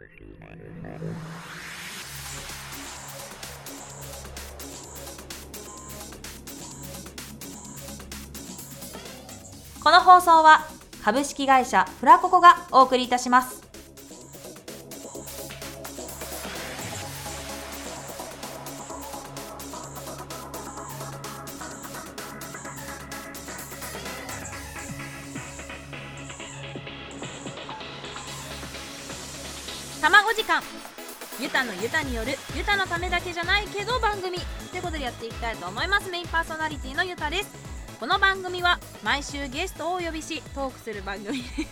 この放送は株式会社フラココがお送りいたします。卵時間、ゆたのゆたによるゆたのためだけじゃないけど番組ということでやっていきたいと思います。メインパーソナリティのゆたです。この番組は毎週ゲストをお呼びしトークする番組です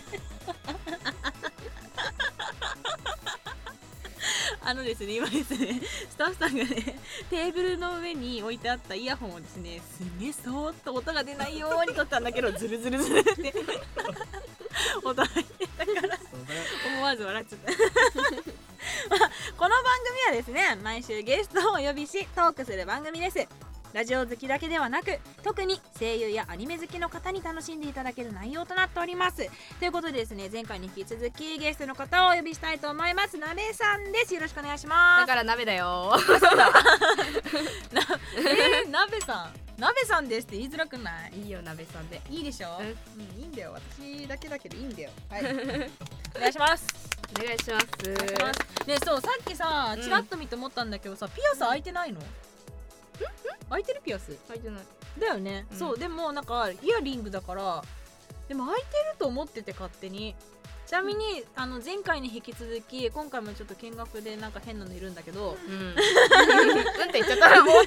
ですね、今ですね、スタッフさんがね、テーブルの上に置いてあったイヤホンをですね、すげえそーっと音が出ないように取ったんだけど、ズルズルズルって音が入ってたから思わず笑っちゃったこの番組はですね、毎週ゲストをお呼びしトークする番組です。ラジオ好きだけではなく、特に声優やアニメ好きの方に楽しんでいただける内容となっております。ということでですね、前回に引き続きゲストの方をお呼びしたいと思います。なべさんです。よろしくお願いします。 だから鍋だよなべさんですって言いづらくない？ いいよ、鍋さんでいいでしょ、 うん、 いいんだよ、私だけだけどいいんだよ。はいお願いします。 お願いします。 ね、そう、さっきさ、チラッと見て思ったんだけどさ、ピアス開いてないの？開いてる？ピアス開いてないだよね、そうでもなんかイヤリングだから、でも開いてると思ってて勝手に。ちなみに前回に引き続き今回もちょっと見学でなんか変なのいるんだけど、うんって言っちゃったらもう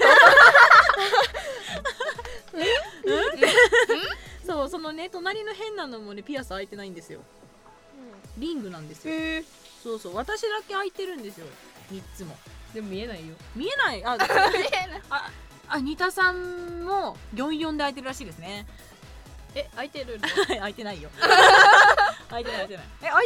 そう、そのね、隣の変なのもね、ピアス開いてないんですよ、リングなんですよ。そうそう、私だけ開いてるんですよ、3つも。 でも見えないよ。 見えない。ニタさんも44で開いてるらしいですね。 開いてるの？ 開いてないよ開いてない。開いてます？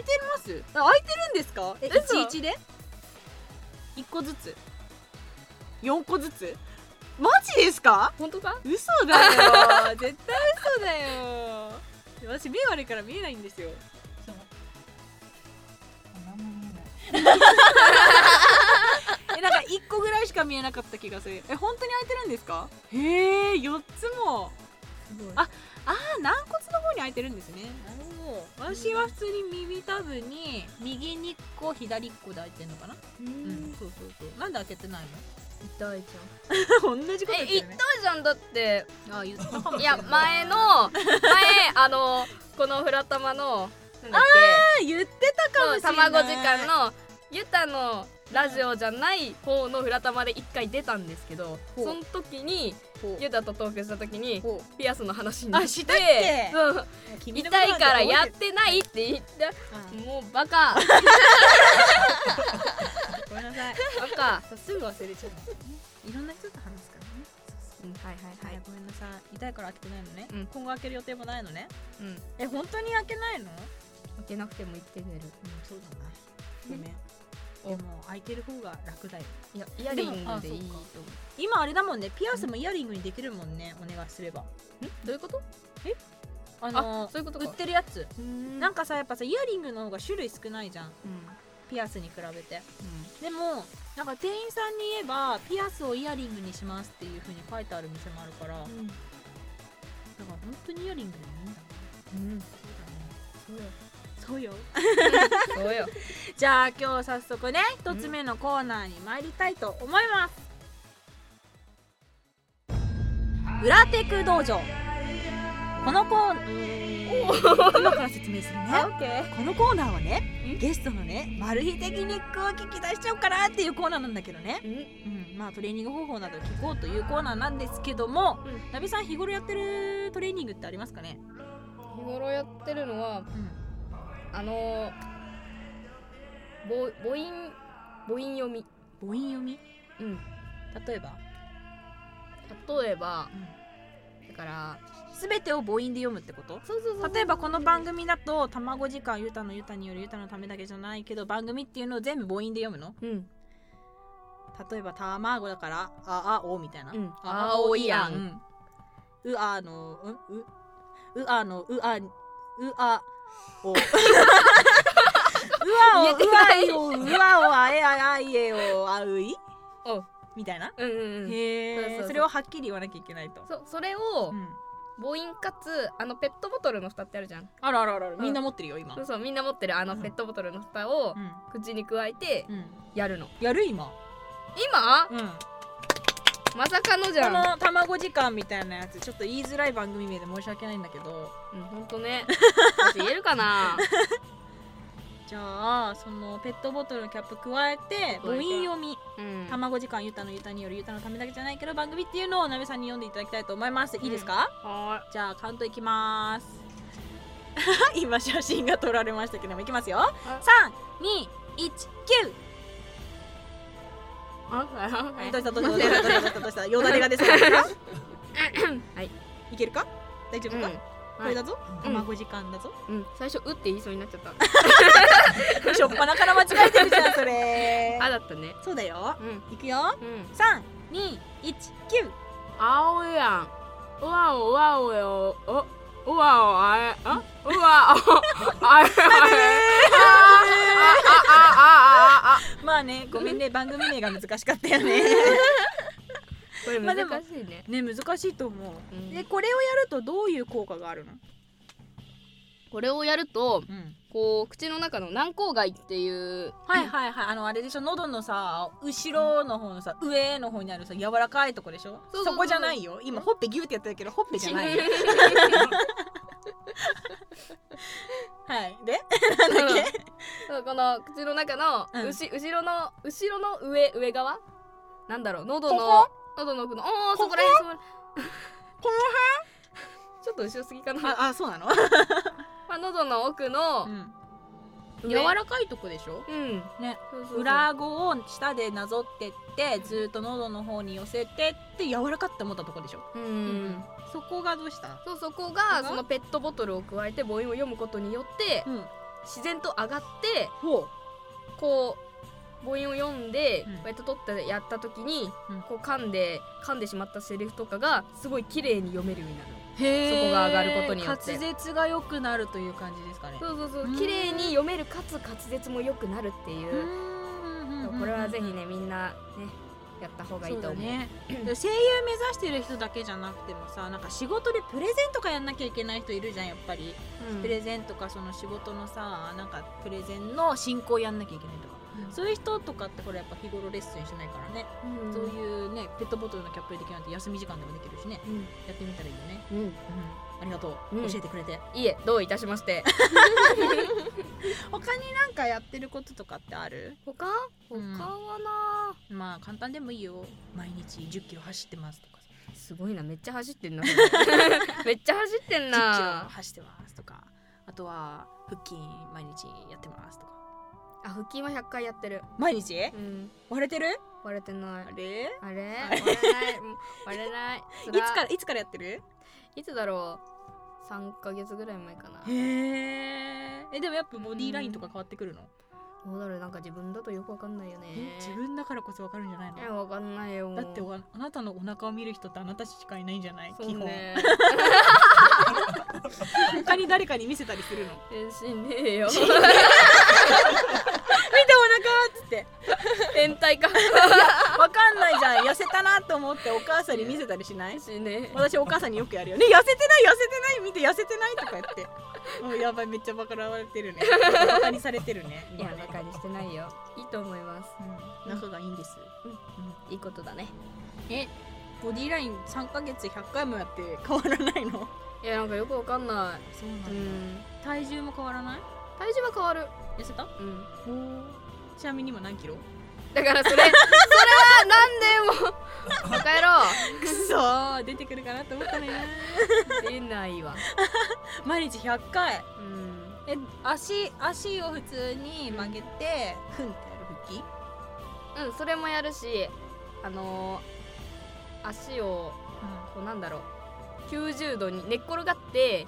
開いてるんですか？11で1個ずつ4個ずつ、マジですか？ 本当か？ 嘘だよ絶対嘘だよ。私目悪いから見えないんですよ。何も見えないなんか1個ぐらいしか見えなかった気がする。本当に開いてるんですか？へえ、4つも。すごい。軟骨の方に開いてるんですね。なるほど。私は普通に耳たぶに右に1個左1個で開いてるのかな。そうそうそう。なんで開けてないの？ 痛いじゃん同じこと言ってるね。 痛いじゃん。だって言ったかもしれない。 いや、前このフラタマのなんだっけ、 言ってたかもしれない。 卵時間のユタのラジオじゃない方のフラタマで1回出たんですけど、その時にユタとトークした時にピアスの話になって、 したっけ？ 痛いからやってないって言った。もうバカごめんなさい、 バカすぐ忘れちゃうんですよね。いろんな人と話すからね。 はいはいはい、 ごめんなさい。痛いから開けてないのね。今後開ける予定もないのね。本当に開けないの？ 開けなくても生きて寝る。 そうだな、ごめん。でも開いてる方が楽だよ。 いや、イヤリングでいいと思う。 今あれだもんね、ピアスもイヤリングにできるもんね、お願いすれば。 どういうこと？ そういうことか。売ってるやつ。なんかさ、やっぱさ、イヤリングの方が種類少ないじゃん、ピアスに比べて。でもなんか店員さんに言えばピアスをイヤリングにしますっていう風に書いてある店もあるから、だから本当にイヤリングでもいいんだね。そうよそうよじゃあ今日早速ね、一つ目のコーナーに参りたいと思います。裏テク道場。このコーナー今から説明するね。このコーナーはね、ゲストのね、マル秘テクニックを聞き出しちゃおうかなっていうコーナーなんだけどね。まあトレーニング方法など聞こうというコーナーなんですけども、ナビさん日頃やってるトレーニングってありますかね？ 日頃やってるのは、母音読み。 母音読み？例えば、だから全てを母音で読むってこと？ そう。 例えばこの番組だと卵時間、ユタによるユタのためだけじゃないけど番組っていうのを全部母音で読むの？例えば卵だからあおみたいな。 あおいやん。 うあのうあおわお言えてないようわおあえあいえよあういおみたいな。 うんうんうんへえ、 そうそうそうそれをはっきり言わなきゃいけないと。 それをうん、 母音かつペットボトルの蓋ってあるじゃん。 あらあらあら、みんな持ってるよ今。 そうみんな持ってるペットボトルの蓋を口に加えてうん、 やるの。 やる今。 今うん。 まさかのじゃん。 この卵時間みたいなやつちょっと言いづらい番組名で申し訳ないんだけど、 ほんとね。私言えるかな。 じゃあそのペットボトルのキャップ加えて母音読み、卵時間ゆたのゆたによるゆたのためだけじゃないけど番組っていうのをなべさんに読んでいただきたいと思います。いいですか？ はじゃあカウントいきます。今写真が撮られましたけどもいきますよ。3、2、1、9。どうしたどうしたよだれが出そう。 はいいけるか？大丈夫か？これだぞ、 うん卵時間だぞ。 最初って言いそうになっちゃった。 しょっぱなから間違えてるじゃんそれ。 だったね。 そうだよ。いくよ。 うん 3、2、1、9。 青やん。うわおわおようわおあれうわおあれまあね、ごめんね、番組名が難しかったよね。 これ難しいね。 ね、難しいと思う。 うんで、これをやるとどういう効果があるの？ これをやるとうん。 こう口の中の軟口蓋っていうはいはいはい、あれでしょ、喉のさ、後ろの方のさ、上の方にあるさ、柔らかいとこでしょ。 そうそこじゃないよ。今ほっぺギューってやってるけど、ほっぺじゃないよ。はい。で、なんだっけ？ そうこの口の中のうん後ろの上側なんだろう喉この奥のそこら辺ちょっと後ろすぎかな。 そうなの？ まあ喉の奥の柔らかいとこでしょ。ね、 そう裏顎を下でなぞってってずっと喉の方に寄せてって柔らかって思ったとこでしょ。そこがどうした？ そこがそのペットボトルを加えて母音を読むことによって自然と上がってこう母音を読んでこうやって取ってやった時にこう噛んでしまったセリフとかがすごい綺麗に読めるようになる。そこが上がることによって滑舌が良くなるという感じですかね。 そう綺麗に読めるかつ滑舌も良くなるっていうこれはぜひねみんなねやった方がいいと思う。 声優目指してる人だけじゃなくてもさ、なんか仕事でプレゼンとかやんなきゃいけない人いるじゃんやっぱり、プレゼンとかその仕事のさ、なんかプレゼンの進行やんなきゃいけないとか、そういう人とかってこれやっぱ日頃レッスンしないからね、そういうねペットボトルのキャップでできるなんて休み時間でもできるしね、やってみたらいいよね。ありがとう、教えてくれて。 いえ、どういたしまして。 他になんかやってることとかってある？ 他はな、 まあ簡単でもいいよ。毎日10キロ走ってますとか。 すごいな、めっちゃ走ってんな。めっちゃ走ってんな。 10キロ走ってますとか、あとは腹筋毎日やってますとか。 腹筋は100回やってる。 毎日？割れてる？ 割れてない。 あれ割れない。 いつからやってる？ いつだろう、3ヶ月ぐらい前かな。 へえ。でもやっぱボディラインとか変わってくるの？ どうだろう、なんか自分だとよくわかんないよね。 自分だからこそわかるんじゃないの？ わかんないよ。 だってあなたのお腹を見る人ってあなたしかいないんじゃない？基本。他に誰かに見せたりするの？ しねえよ。 見てお腹っつって変態か。 わかんないじゃん。痩せたなと思ってお母さんに見せたりしない？ しね。 私お母さんによくやるよね。痩せてない見て痩せてないとか言ってもうやばい、めっちゃバカらわれてるね。バカにされてるね。 いや、バカにしてないよ。いいと思います。 仲がいいんです。 いいことだね。 ボディライン3ヶ月100回もやって変わらないの？ いや、なんかよくわかんない。 そうなんだ。体重も変わらない？ 体重は変わる。 痩せた？ちなみに今何キロ？ だからそれはなんでもバカ野郎。 くそー、出てくるかなと思ったね。 出ないわ。 毎日100回。足を普通に曲げてふんってやる腹筋？ それもやるし、足をこうなんだろう、90度に寝っ転がって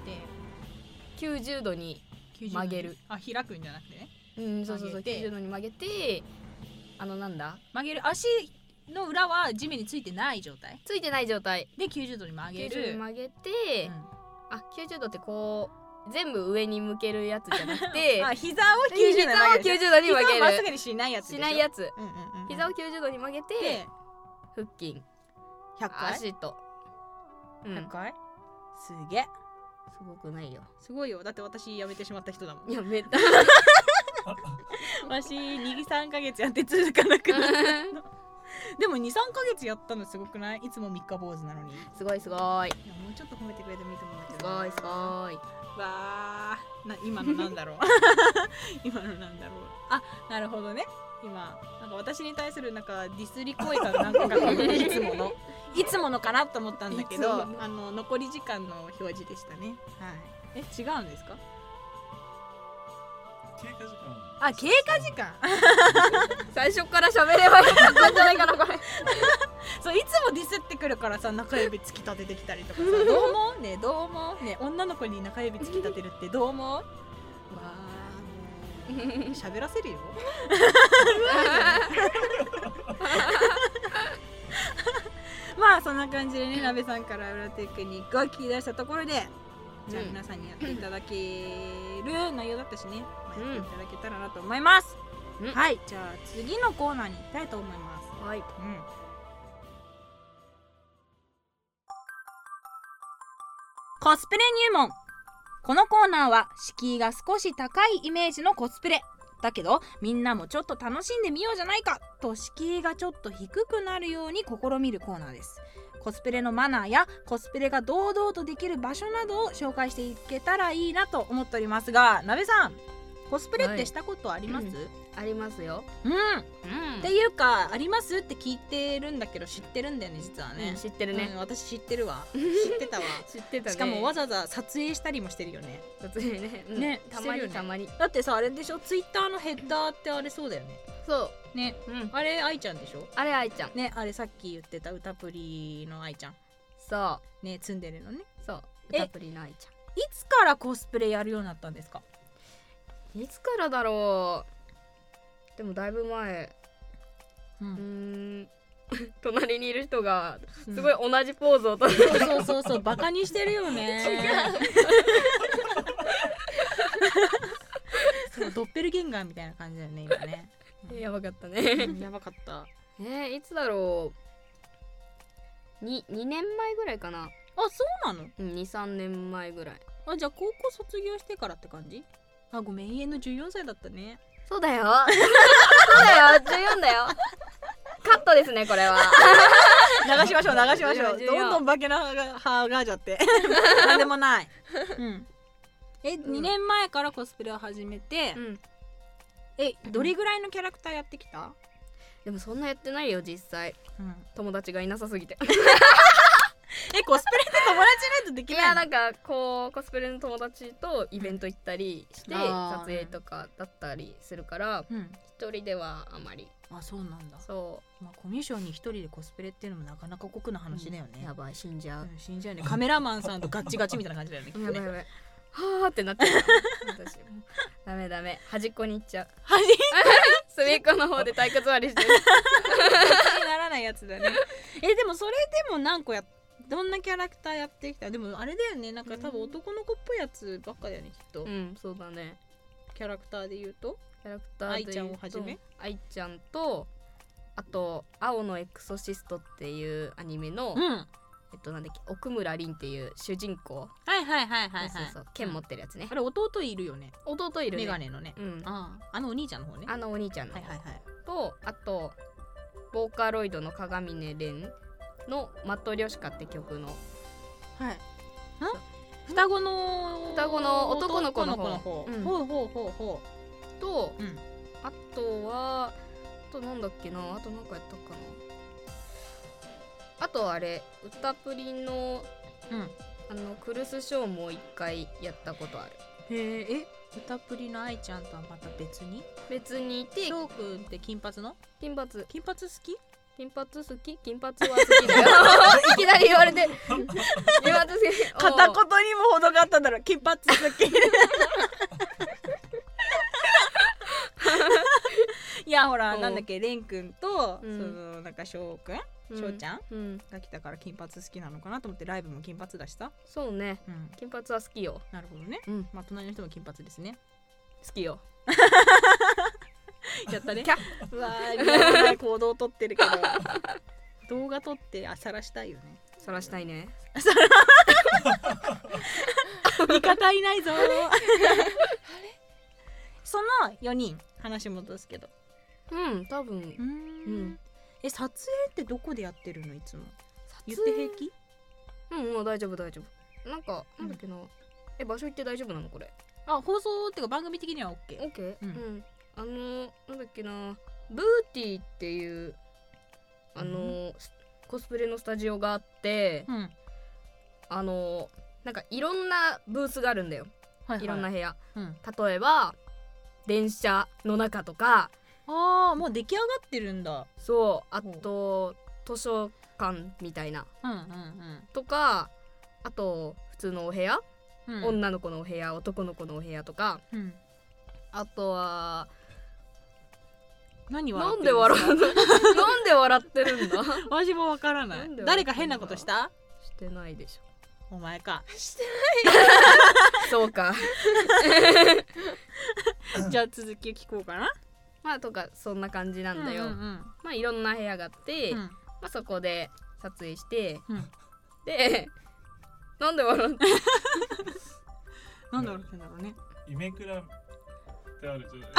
90度に曲げる。 開くんじゃなくてね。 そう90度に曲げて、なんだ、 曲げる。足の裏は地面についてない状態？ ついてない状態で90度に曲げる。 90度に曲げて、90度ってこう全部上に向けるやつじゃなくて膝を90度に曲げる。 膝を90度に曲げる。 膝をまっすぐにしないやつでしょ。 しないやつ。 うん、 膝を90度に曲げて腹筋 100回足と、 100回すげえ。 すごくないよ。 すごいよ。だって私辞めてしまった人だもん。 やめた私 2,3 ヶ月やって続かなくなったでも 2,3 ヶ月やったのすごくない？いつも3日坊主なのに。 すごいすごい。 もうちょっと褒めてくれてもいいと思うんだけど。 すごいすごい。 わー、今のなんだろう今のなんだろう。あ、なるほどね。今なんか私に対するなんかディスり声が何個かいつものかなと思ったんだけど、残り時間の表示でしたね。はい。違うんですか？ 経過時間。 あ、経過時間最初から喋ればよかったんじゃないかなこれそう、いつもディスってくるからさ、中指突き立ててきたりとかさどう思う？ね、どう思う？ね、女の子に中指突き立てるってどう思う？わー、もう喋らせるよまあそんな感じでね、なべさんから裏テクニックを聞き出したところで、じゃあ皆さんにやっていただける内容だったしね、やっていただけたらなと思います。はい、じゃあ次のコーナーに行きたいと思います。 はい。 コスプレ入門。このコーナーは敷居が少し高いイメージのコスプレだけど、みんなもちょっと楽しんでみようじゃないかと敷居がちょっと低くなるように試みるコーナーです。コスプレのマナーやコスプレが堂々とできる場所などを紹介していけたらいいなと思っておりますが、なべさん、コスプレってしたことあります？ ありますよ。 っていうか、ありますって聞いてるんだけど、知ってるんだよね、実はね。 知ってるね。 私知ってるわ。知ってたわ。 知ってたね。 しかもわざわざ撮影したりもしてるよね。 撮影ね。 ね、 たまにたまに。 だってさ、あれでしょ、ツイッターのヘッダーってあれそうだよね。 そうね、あれ愛ちゃんでしょ。 あれ愛ちゃんね、あれさっき言ってた歌プリの愛ちゃん。 そうね、ツンデレのね。 そう、歌プリの愛ちゃん。 いつからコスプレやるようになったんですか？ いつからだろう。でもだいぶ前。隣にいる人がすごい同じポーズをとって、 そうバカにしてるよねそうドッペルゲンガーみたいな感じだよね今ねやばかったね、 やばかった。 いつだろう。2年前ぐらいかな。 あ、そうなの ？2、3年前ぐらい。 あ、じゃあ高校卒業してからって感じ？あ、ごめん、永遠の14歳だったね。 そうだよそうだよ、14だよカットですね、これは流しましょうどんどん化けなはがじゃってなんでもない、2年前からコスプレを始めて、どれぐらいのキャラクターやってきた？ でもそんなやってないよ、実際、友達がいなさすぎてコスプレって友達ないとできないの？ いや、なんかこうコスプレの友達とイベント行ったりして撮影とかだったりするから、一人ではあまり。 あ、そうなんだ。 そう、 まあ、コミュ障に一人でコスプレっていうのもなかなか酷な話だよね。 やばい、死んじゃう、 死んじゃうね。カメラマンさんとガッチガチみたいな感じだよねやばいやばい、はーってなってる私ダメ端っこに行っちゃう。隅っこの方で体育座りしてるにならないやつだねでもそれでも何個どんなキャラクターやってきた？でもあれだよね、なんか多分男の子っぽいやつばっかだよね、きっと。 そうだね。 キャラクターで言うと愛ちゃんをはじめ、 愛ちゃんと、あと青のエクソシストっていうアニメの、なんだっけ、奥村凛っていう主人公。そう剣持ってるやつね。 あれ弟いるよね。 弟いるね、 メガネのね。あのお兄ちゃんの方ね。 あのお兄ちゃんの方と、あとボーカロイドの鏡音蓮のマトリョシカって曲の、双子の男の子の方と、あとはなんだっけな、あとなんかやったかな。あとあれ、歌プリの、クルスショーも一回やったことある。 歌プリの愛ちゃんとはまた別にいて、 翔くんって金髪の？金髪好き？ 金髪好き？金髪は好きだよいきなり言われて金髪好き。 片言にも程があったんだろ。金髪好きいやほらなんだっけレン君と、そのなんか翔くん翔ちゃんが来たから金髪好きなのかなと思って、ライブも金髪だした。 そうね、金髪は好きよ。 なるほどね。まあ隣の人も金髪ですね。 好きよ。 やったね。うわー、リアルな行動をとってるけど動画撮って晒したいよね。 晒したいね。 味方いないぞその4人話戻すけど、 多分撮影ってどこでやってるの？いつも言って平気？ もう大丈夫大丈夫。なんかなんだっけな、場所行って大丈夫なのこれ？ あ、放送ってか番組的には OK。 なんだっけな、ブーティーっていうコスプレのスタジオがあって、なんかいろんなブースがあるんだよ、いろんな部屋、例えば電車の中とか、 もう出来上がってるんだ。 そう、あと図書館みたいな、とか、あと普通のお部屋、女の子のお部屋、男の子のお部屋とか、あとはなんで笑ってるんだ私もわからない。誰か変なことした？ してないでしょ。お前か。 してないそうかじゃあ続き聞こうかな。 まあとかそんな感じなんだよ。まあいろんな部屋があって、まあそこで撮影して、でなんで笑ってなんで笑ってんだろうね。 イメクラってあるじゃない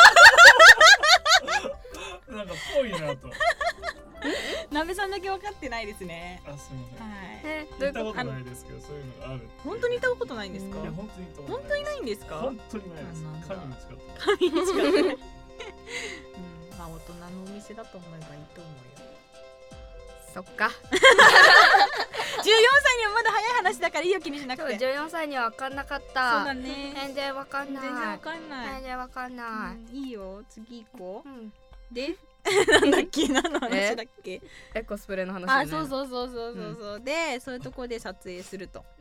なんかぽいなと。 なべさんだけ分かってないですね。 あ、すみません。 はい。 行ったことないですけど、そういうのがある。 本当に行ったことないんですか？ いや、本当にないんですか？ 本当にないです。 神に近かった。まあ大人のお店だと思えばいいと思うよ。 そっか。14 歳にはまだ早い話だからいいよ、気にしなくて。 14歳には分かんなかった。 そうだね。 全然分かんない。 全然分かんない。 全然分かんない。 いいよ、次行こう。でなんだっけ、何の話だっけ？ コスプレの話。 あ、そう。で、そういうとこで撮影すると。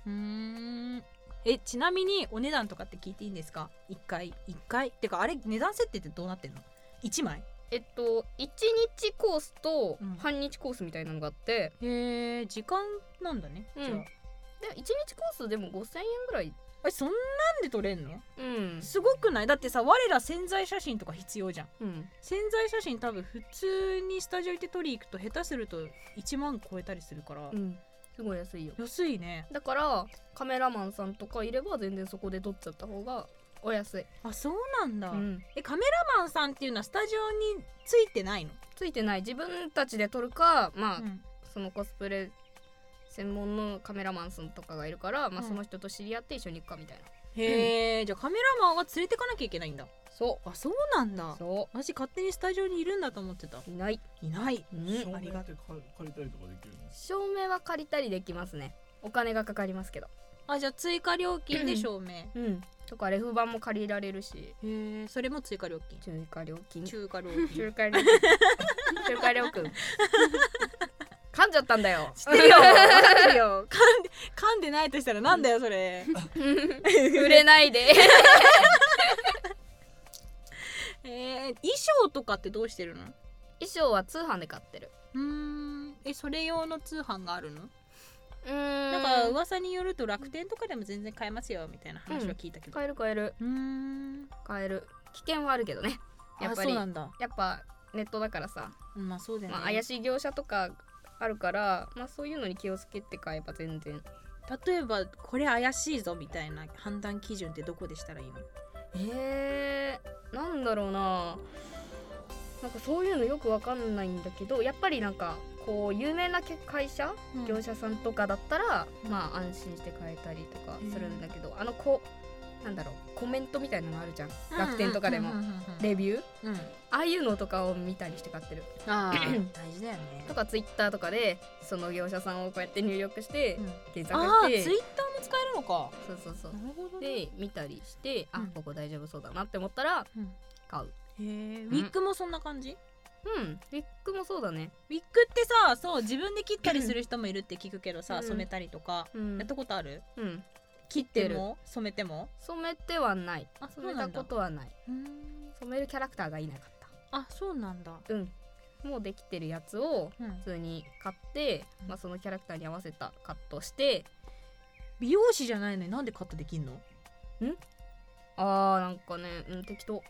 ちなみにお値段とかって聞いていいんですか？1回ってか、あれ値段設定ってどうなってんの？1枚 1日コースと半日コースみたいなのがあって、 へえ、時間なんだね。じゃあで 1日コースでも5000円ぐらい。 そんなんで撮れんの？すごくない？だってさ、我ら宣材写真とか必要じゃん。宣材写真多分普通にスタジオ行って撮り行くと下手すると1万超えたりするから、 すごい安いよ。 安いね。 だからカメラマンさんとかいれば全然そこで撮っちゃった方がお安い。 あ、そうなんだ。カメラマンさんっていうのはスタジオについてないの？ ついてない。自分たちで撮るか、まあ、そのコスプレ専門のカメラマンさんとかがいるから、まあその人と知り合って一緒に行くかみたいな。 へえ、じゃあカメラマンは連れてかなきゃいけないんだ。 そう。 あ、そうなんだ。 そう。 私勝手にスタジオにいるんだと思ってた。 いない。 照明って借りたりとかできるの？ 照明は借りたりできますね。お金がかかりますけど。 あ、じゃあ追加料金で照明。 とかレフ板も借りられるし。 へえ、それも追加料金。 中華料金。 噛んじゃったんだよ。知ってるよ。分かってるよ。噛んでないとしたらなんだよそれ。 売れないで。 衣装とかってどうしてるの？ 衣装は通販で買ってる。 それ用の通販があるの？なんか噂によると楽天とかでも全然買えますよみたいな話は聞いたけど。 買える。買える。危険はあるけどね。やっぱり。やっぱネットだからさ。 まあそうだよね。 怪しい業者とかあるから、まあそういうのに気をつけて買えば全然。 例えばこれ怪しいぞみたいな判断基準ってどこでしたらいいの？ なんだろうな。なんかそういうのよくわかんないんだけど、やっぱりなんかこう有名な会社、業者さんとかだったら、まあ安心して買えたりとかするんだけど、なんだろう、コメントみたいなのあるじゃん、楽天とかでもレビュー、ああいうのとかを見たりして買ってる。 大事だよね。 とかツイッターとかでその業者さんをこうやって入力して検索して、 ツイッターも使えるのか。 そうで見たりして、ここ大丈夫そうだなって思ったら買う。 ウィッグもそんな感じ？ ウィッグもそうだね。 ウィッグってさ、そう自分で切ったりする人もいるって聞くけどさ、染めたりとかやったことある？切っても染めても？ 染めてはない。染めたことはない。染めるキャラクターがいなかった。 あ、そうなんだ。 もうできてるやつを普通に買って、そのキャラクターに合わせたカットして。 美容師じゃないのになんでカットできんの？ なんかね、適当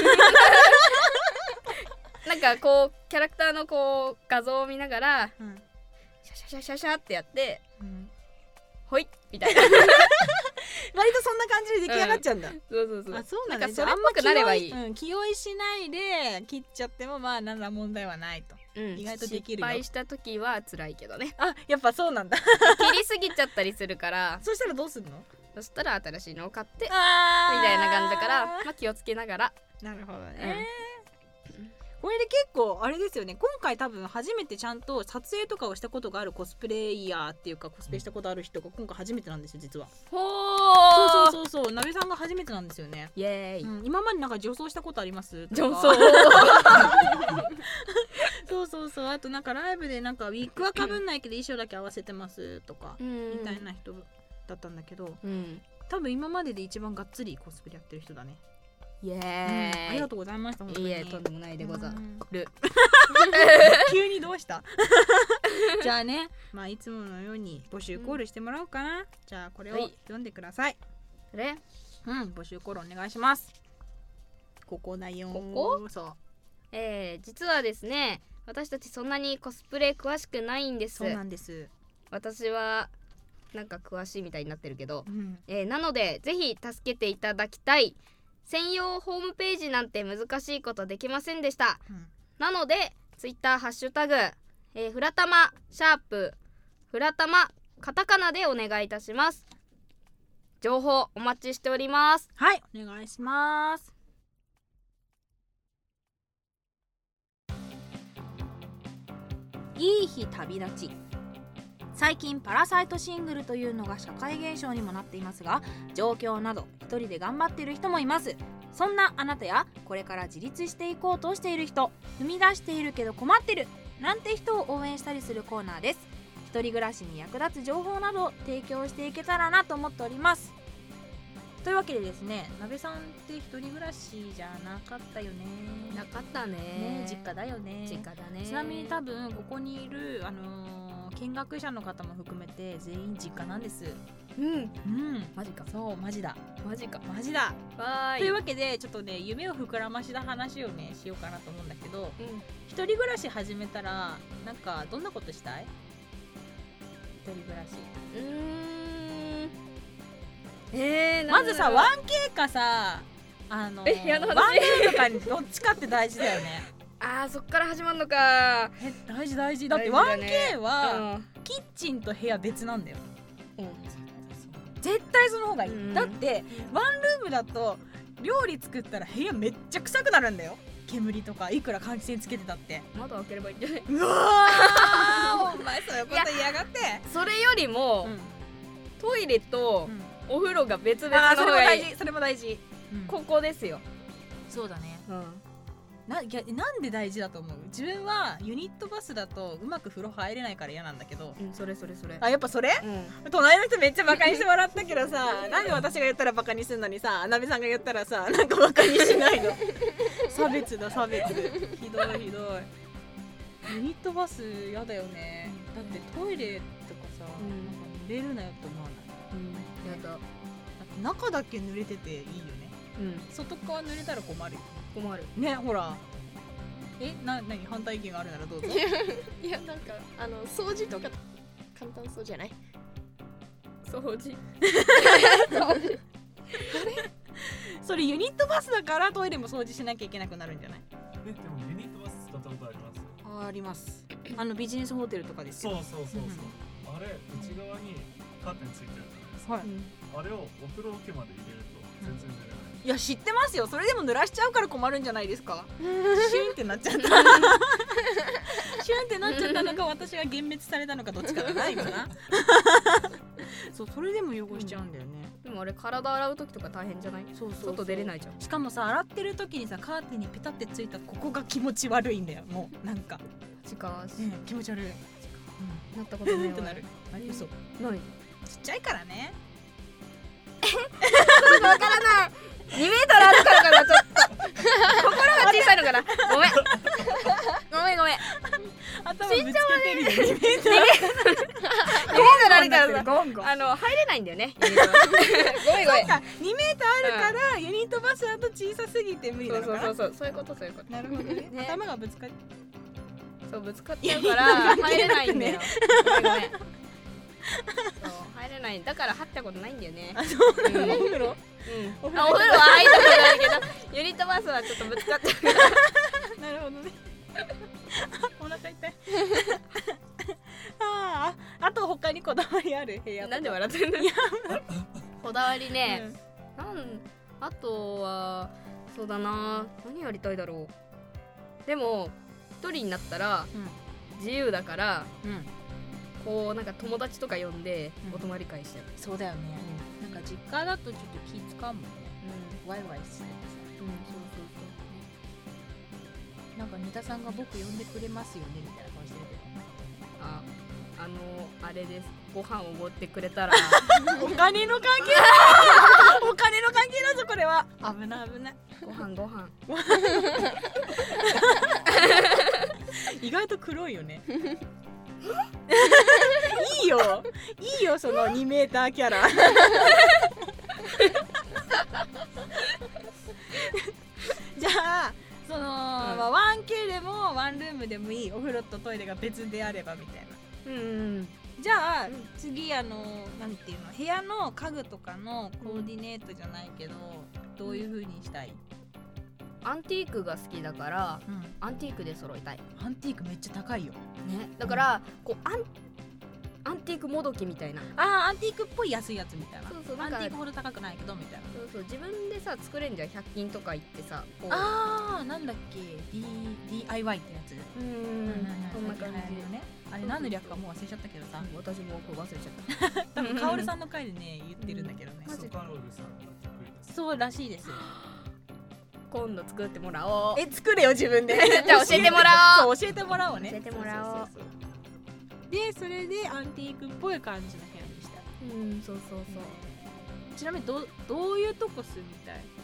なんかこうキャラクターのこう画像を見ながら、シャシャシャシャシャってやって、ほいみたいな割とそんな感じで出来上がっちゃうんだ。 そうあ、そうなんだ。 それっぽくなればいい。 気負いしないで切っちゃってもまあ何ら問題はないと。意外とできるよ。 失敗した時は辛いけどね。 あ、やっぱそうなんだ。 切りすぎちゃったりするからそしたらどうするの？ そしたら新しいのを買ってみたいな感じだから、気をつけながら。 なるほどね。これで結構あれですよね。今回多分初めてちゃんと撮影とかをしたことがあるコスプレイヤーっていうかコスプレしたことある人が今回初めてなんですよ実は。そうなべさんが初めてなんですよね。 イエーイ。 今までなんか女装したことあります？ 女装そうあとなんかライブでなんかウィッグはかぶんないけど衣装だけ合わせてますとかみたいな人だったんだけど、多分今までで一番がっつりコスプレやってる人だね。 イエーイ、 ありがとうございました。本当に。 いえ、とんでもないでござる。 急にどうしたじゃあね、いつものように募集コールしてもらおうかな。じゃあこれを読んでください。募集コールお願いします。ここだよ。 ここ？ そう。 実はですね、私たちそんなにコスプレ詳しくないんです。 そうなんです。 私はなんか詳しいみたいになってるけど、なのでぜひ助けていただきたい。専用ホームページなんて難しいことできませんでした。なのでツイッターハッシュタグ、フラタマ#フラタマカタカナでお願いいたします。情報お待ちしております。 はい、お願いします。いい日旅立ち。最近パラサイトシングルというのが社会現象にもなっていますが、状況など一人で頑張っている人もいます。そんなあなたやこれから自立していこうとしている人、踏み出しているけど困ってるなんて人を応援したりするコーナーです。一人暮らしに役立つ情報などを提供していけたらなと思っております。というわけでですね、なべさんって一人暮らしじゃなかったよね。 なかったね。 実家だよね。 実家だね。 ちなみに多分ここにいる見学者の方も含めて全員実家なんです。マジか。そう、マジだ。 マジか。 マジだ。 わーい。 というわけでちょっとね、夢を膨らました話をねしようかなと思うんだけど、一人暮らし始めたらなんかどんなことしたい？一人暮らし。まずさ 1K かさワンルームかにどっちかって大事だよね。 そっから始まるのか。 大事だって 1K はキッチンと部屋別なんだよ。絶対その方がいい。だってワンルームだと料理作ったら部屋めっちゃ臭くなるんだよ。煙とかいくら換気扇つけてたって。 窓開ければいいんじゃない？ うわーお前そういうこと言いやがって。 それよりもトイレとお風呂が別々の方がいい。 それも大事。 ここですよ。 そうだね。なんで大事だと思う？自分はユニットバスだとうまく風呂入れないから嫌なんだけど。 それ。 やっぱそれ？隣の人めっちゃバカにしてもらったけどさ、なんで私が言ったらバカにするのにさ、なべさんが言ったらさ、なんかバカにしないの。差別。ひどい。ユニットバスやだよね。だってトイレとかさ、濡れるなよって思わない？ やだ。 中だけ濡れてていいよね。外側濡れたら困るよ。 困るね。ほら何反対意見があるならどうぞ。 いやなんか掃除とか簡単そうじゃない？ 掃除それユニットバスだからトイレも掃除しなきゃいけなくなるんじゃない？ でもユニットバス使ったことあります？ あります。ビジネスホテルとかですよ。 そうあれ内側にカーテンついてるじゃないですか。あれをお風呂桶まで入れると全然濡れない。 いや知ってますよ。それでも濡らしちゃうから困るんじゃないですか？シュンってなっちゃった。シュンってなっちゃったのか、私が幻滅されたのかどっちかがないかな。そう、それでも汚しちゃうんだよね。 でもあれ体洗う時とか大変じゃない？外出れないじゃん。 しかもさ、洗ってる時にさカーテンにペタってついたここが気持ち悪いんだよ。もうなんか気持ち悪い。 なったことないってなる。嘘。 ない。 ちっちゃいからね。 わからない。2メートルあるからかな、ちょっと心が小さいのかな。ごめん。 言語入れないんだよねユニットバスごめんごめん 2メーターあるからユニットバスだと小さすぎて無理なのかな。 そういうことなるほどね。頭がぶつかっぶつかっちゃうから入れないんだよ。ごめんごめんそう入れないだから入ったことないんだよね。 あ、そうなの。お風呂お風呂は入ったことないけどユニットバスはちょっとぶつかっちゃうからなるほどねお腹痛いあと他にこだわりある部屋とか。 なんで笑ってんのこだわりね、あとはそうだな何やりたいだろう。でも一人になったら自由だから、こうなんか友達とか呼んでお泊まり会してる。 そうだよね、なんか実家だとちょっと気使うもんね、ワイワイしててさ、なんかネタさんが僕呼んでくれますよねみたいな顔してるけど、 あれです。ご飯をおごってくれたらお金の関係お金の関係だぞこれは。危ない危ない。 ご飯意外と黒いよねいいよその2メーターキャラじゃあその、1K でもワンルームでもいい、お風呂とトイレが別であればみたいな。じゃあ、次なんていうの、部屋の家具とかのコーディネートじゃないけど、どういう風にしたい？ アンティークが好きだから、アンティークで揃いたい。 アンティークめっちゃ高いよね。だから、こうアンティークもどきみたいな。 アンティークっぽい安いやつみたいな。 そうアンティークほど高くないけどみたいな。 そう自分でさ作れんじゃん。100均とか行ってさ。 なんだっけ DIY ってやつ。 そんな感じよね。あれ何の略かもう忘れちゃったけどさ。 私も忘れちゃった。 多分カオルさんの回でね言ってるんだけどね。そうらしいですよ。 今度作ってもらおう。 作れよ自分で。 じゃあ教えてもらおう。 教えてもらおうね。 教えてもらおう。 でそれでアンティークっぽい感じの部屋にした。 そうちなみにどういうとこ住みたい？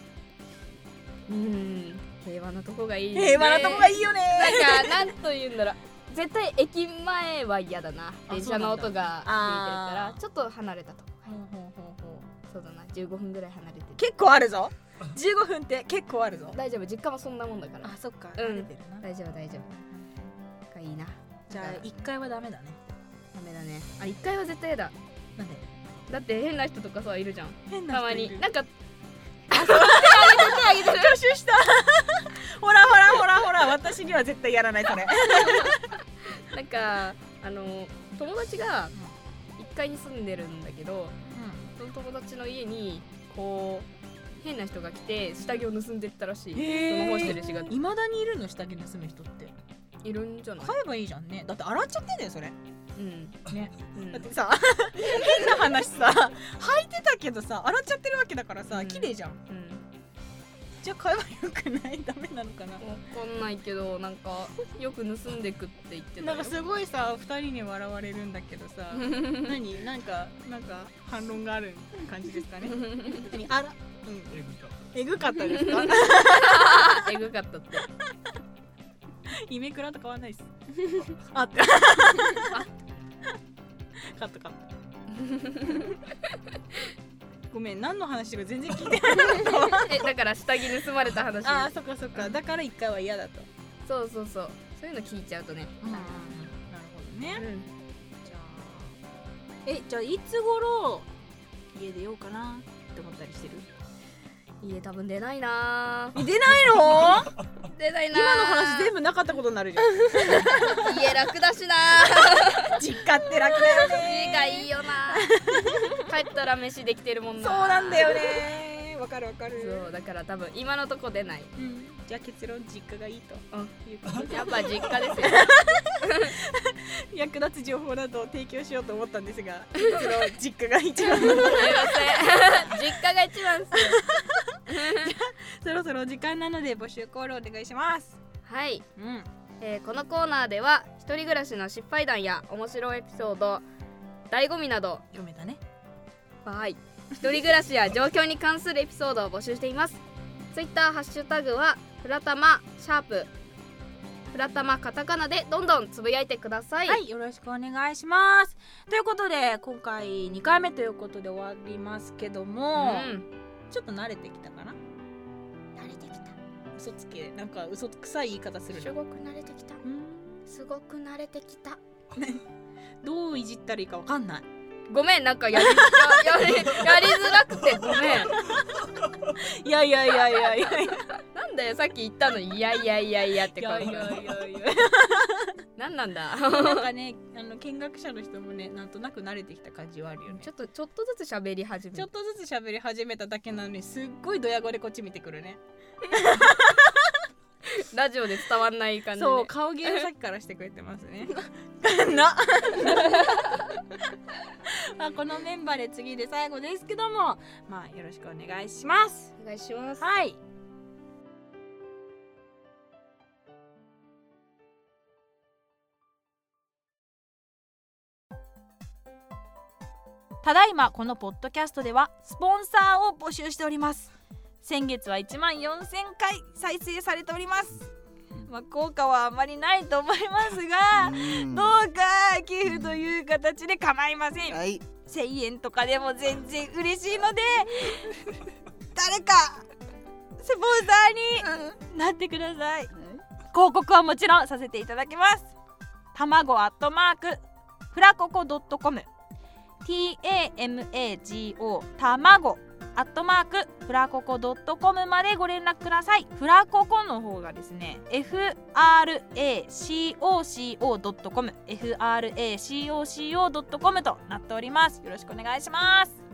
平和なとこがいいね。 平和なとこがいいよね。 なんと言うんだろう。絶対駅前は嫌だな。電車の音が響いてるからちょっと離れたとこ。そうだな。15分ぐらい離れてる。 結構あるぞ。15分って結構あるぞ。 大丈夫。実家もそんなもんだから。 そっか。慣れてるな。 大丈夫。がいいな。 じゃあ1階はダメだね。 ダメだね。1階は絶対嫌だ。 なんで？ だって変な人とかさいるじゃん。 変な人いる。 たまになんか手あげてる。挙手した。ほら私には絶対やらないそれ。 なんか友達が1階に住んでるんだけど、その友達の家にこう変な人が来て下着を盗んでったらしい。そのホステル氏が。 未だにいるの？下着盗む人っているんじゃない？ 買えばいいじゃんね。だって洗っちゃってんだよそれ。ね。だってさ変な話さ履いてたけどさ洗っちゃってるわけだからさ綺麗じゃん。じゃあ買えばよくない？ダメなのかな？わかんないけどなんかよく盗んでくって言ってたよ。 なんかすごいさ2人に笑われるんだけどさ何なんか反論がある感じですかね。えぐかったですか？ えぐかったってイメクラと変わんないっす。あってカットごめん何の話か全然聞いてないだから下着盗まれた話。 そっかだから1回は嫌だと。 そういうの聞いちゃうとね。 なるほどね。じゃあいつ頃家出ようかなって思ったりしてる？ 家多分出ないな。 出ないの？ 出ないな。 今の話全部なかったことになるじゃん。 家楽だしな。 実家って楽だよね。 家がいいよな。帰ったら飯できてるもんな。 そうなんだよね。わかる。 そうだから多分今のとこ出ない。 じゃあ結論実家がいいと。 やっぱ実家ですよ。 役立つ情報などを提供しようと思ったんですが、結論実家が一番。 すいません。実家が一番です。 そろそろ時間なので募集コールお願いします。 はい。このコーナーでは一人暮らしの失敗談や面白いエピソード、醍醐味など読めたね。 一人暮らしや状況に関するエピソードを募集しています。ツイッターハッシュタグはフラタマ# フラタマカタカナでどんどんつぶやいてください。 はい、よろしくお願いします。ということで今回2回目ということで終わりますけども、ちょっと慣れてきたかな。 慣れてきた。 嘘つけ、なんか嘘くさい言い方する。 すごく慣れてきた。すごく慣れてきた。 どういじったらいいかわかんない。 ごめん、なんかやりづらくてごめん。 いやなんだよ、さっき言ったのにいやって顔。なんなんだ。 なんかね、見学者の人もね、なんとなく慣れてきた感じはあるよね。 ちょっとずつ喋り始めちょっとずつ喋り始めただけなのに、すっごいドヤ顔でこっち見てくるね。 ラジオで伝わんない感じで、 そう、顔芸をさっきからしてくれてますね。このメンバーで次で最後ですけども、まあよろしくお願いします。 お願いします。 はい。ただいまこのポッドキャストではスポンサーを募集しております。先月は1万4000回再生されております。効果はあまりないと思いますが、どうか寄付という形で構いません。1000円とかでも全然嬉しいので誰かスポンサーになってください。広告はもちろんさせていただきます。卵@フラココ.com TAMAGO 卵フラココ.com までご連絡ください。フラココの方がですね FRACOCO.com FRACOCO.com となっております。よろしくお願いします。